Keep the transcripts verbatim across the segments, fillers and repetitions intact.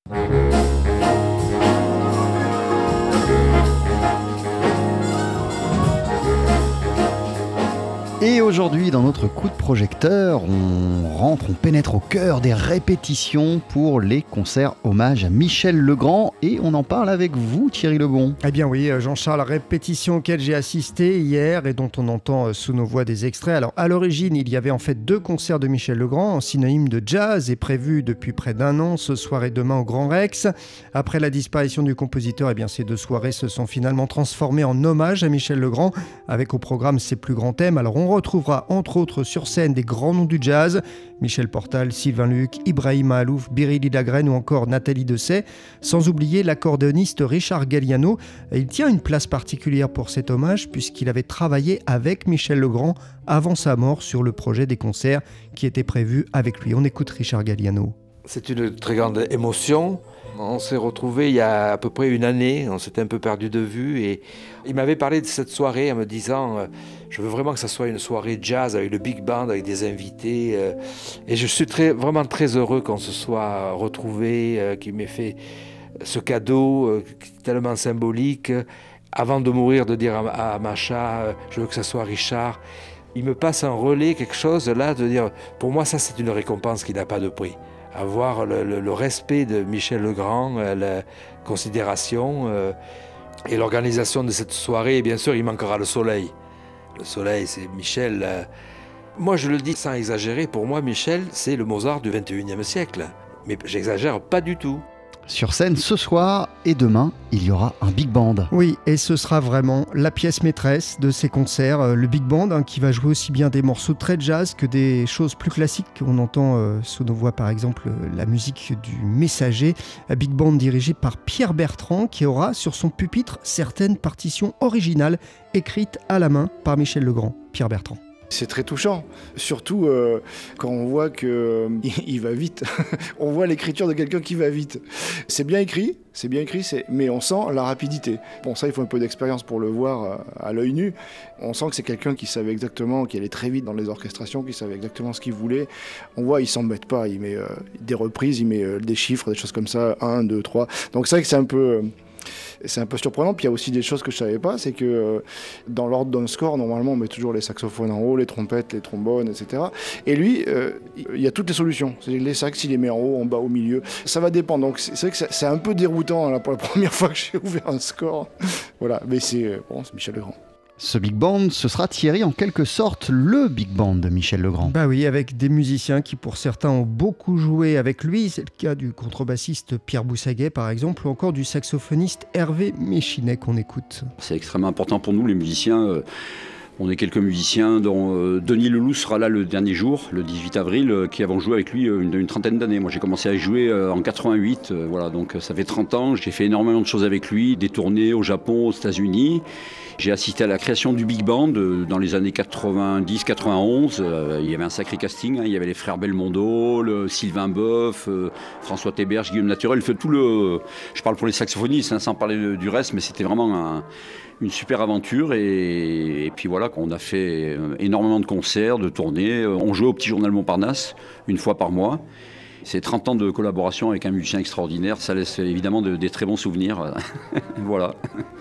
Et aujourd'hui, dans notre coup de projecteur, on rentre, on pénètre au cœur des répétitions pour les concerts hommage à Michel Legrand. Et on en parle avec vous, Thierry Lebon. Eh bien oui, Jean-Charles, répétition auxquelles j'ai assisté hier et dont on entend sous nos voix des extraits. Alors, à l'origine, il y avait en fait deux concerts de Michel Legrand en synonyme de jazz et prévus depuis près d'un an, ce soir et demain au Grand Rex. Après la disparition du compositeur, eh bien, ces deux soirées se sont finalement transformées en hommage à Michel Legrand, avec au programme ses plus grands thèmes. Alors, on retrouvera entre autres sur scène des grands noms du jazz, Michel Portal, Sylvain Luc, Ibrahim Alouf, Biréli Lagrène ou encore Nathalie Dessay, sans oublier l'accordéoniste Richard Galliano. Il tient une place particulière pour cet hommage puisqu'il avait travaillé avec Michel Legrand avant sa mort sur le projet des concerts qui était prévu avec lui. On écoute Richard Galliano. C'est une très grande émotion. On s'est retrouvés il y a à peu près une année, on s'était un peu perdu de vue et il m'avait parlé de cette soirée en me disant euh, je veux vraiment que ça soit une soirée jazz avec le big band, avec des invités euh, et je suis très, vraiment très heureux qu'on se soit retrouvés, euh, qu'il m'ait fait ce cadeau euh, tellement symbolique avant de mourir, de dire à, à Macha euh, je veux que ça soit Richard. Il me passe un relais, quelque chose là, de dire pour moi ça c'est une récompense qui n'a pas de prix. Avoir le, le, le respect de Michel Legrand, euh, la considération euh, et l'organisation de cette soirée. Et bien sûr, il manquera le soleil. Le soleil, c'est Michel. Euh, moi, je le dis sans exagérer, pour moi, Michel, c'est le Mozart du vingt et unième siècle. Mais j'exagère pas du tout. Sur scène ce soir et demain, il y aura un big band. Oui, et ce sera vraiment la pièce maîtresse de ces concerts, le big band, hein, qui va jouer aussi bien des morceaux très jazz que des choses plus classiques. On entend euh, sous nos voix par exemple la musique du Messager, un big band dirigé par Pierre Bertrand qui aura sur son pupitre certaines partitions originales écrites à la main par Michel Legrand. Pierre Bertrand. C'est très touchant, surtout euh, quand on voit qu'il euh, il va vite. On voit l'écriture de quelqu'un qui va vite. C'est bien écrit, c'est bien écrit, c'est... mais on sent la rapidité. Bon, ça, il faut un peu d'expérience pour le voir euh, à l'œil nu. On sent que c'est quelqu'un qui savait exactement, qui allait très vite dans les orchestrations, qui savait exactement ce qu'il voulait. On voit, il s'embête pas, il met euh, des reprises, il met euh, des chiffres, des choses comme ça, un, deux, trois. Donc c'est vrai que c'est un peu... Euh, C'est un peu surprenant, puis il y a aussi des choses que je ne savais pas, c'est que euh, dans l'ordre d'un score, normalement on met toujours les saxophones en haut, les trompettes, les trombones, et cetera. Et lui, euh, il y a toutes les solutions. C'est les sax, il les met en haut, en bas, au milieu. Ça va dépendre, donc c'est, c'est vrai que c'est un peu déroutant là, pour la première fois que j'ai ouvert un score. Voilà, mais c'est, bon, c'est Michel Legrand. Ce big band, ce sera Thierry en quelque sorte le big band de Michel Legrand. Bah oui, avec des musiciens qui pour certains ont beaucoup joué avec lui. C'est le cas du contrebassiste Pierre Boussaguet par exemple, ou encore du saxophoniste Hervé Méchinet qu'on écoute. C'est extrêmement important pour nous les musiciens. Euh... On est quelques musiciens, dont euh, Denis Leloup sera là le dernier jour, le dix-huit avril, euh, qui avons joué avec lui euh, une, une trentaine d'années. Moi j'ai commencé à jouer euh, en quatre-vingt-huit, euh, voilà, donc euh, ça fait trente ans. J'ai fait énormément de choses avec lui, des tournées au Japon, aux États-Unis. J'ai assisté à la création du Big Band euh, dans les années quatre-vingt-dix quatre-vingt-onze. Euh, il y avait un sacré casting, hein. Il y avait les frères Belmondo, le Sylvain Boeuf, euh, François Théberge, Guillaume Naturel. Fait tout le, je parle pour les saxophonistes, hein, sans parler du reste, mais c'était vraiment un, une super aventure. Et, et puis voilà, on a fait énormément de concerts, de tournées. On jouait au Petit Journal Montparnasse une fois par mois. C'est trente ans de collaboration avec un musicien extraordinaire. Ça laisse évidemment de, des très bons souvenirs. Voilà.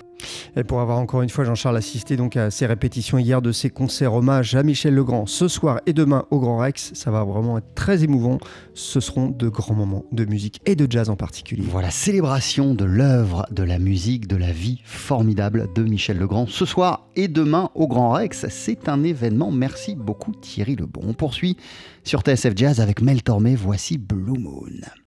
Et pour avoir encore une fois, Jean-Charles, assisté donc à ces répétitions hier de ces concerts hommage à Michel Legrand ce soir et demain au Grand Rex, ça va vraiment être très émouvant. Ce seront de grands moments de musique et de jazz en particulier. Voilà, célébration de l'œuvre, de la musique, de la vie formidable de Michel Legrand ce soir et demain au Grand Rex. C'est un événement. Merci beaucoup Thierry Lebon. On poursuit sur T S F Jazz avec Mel Tormé. Voici Blue Moon.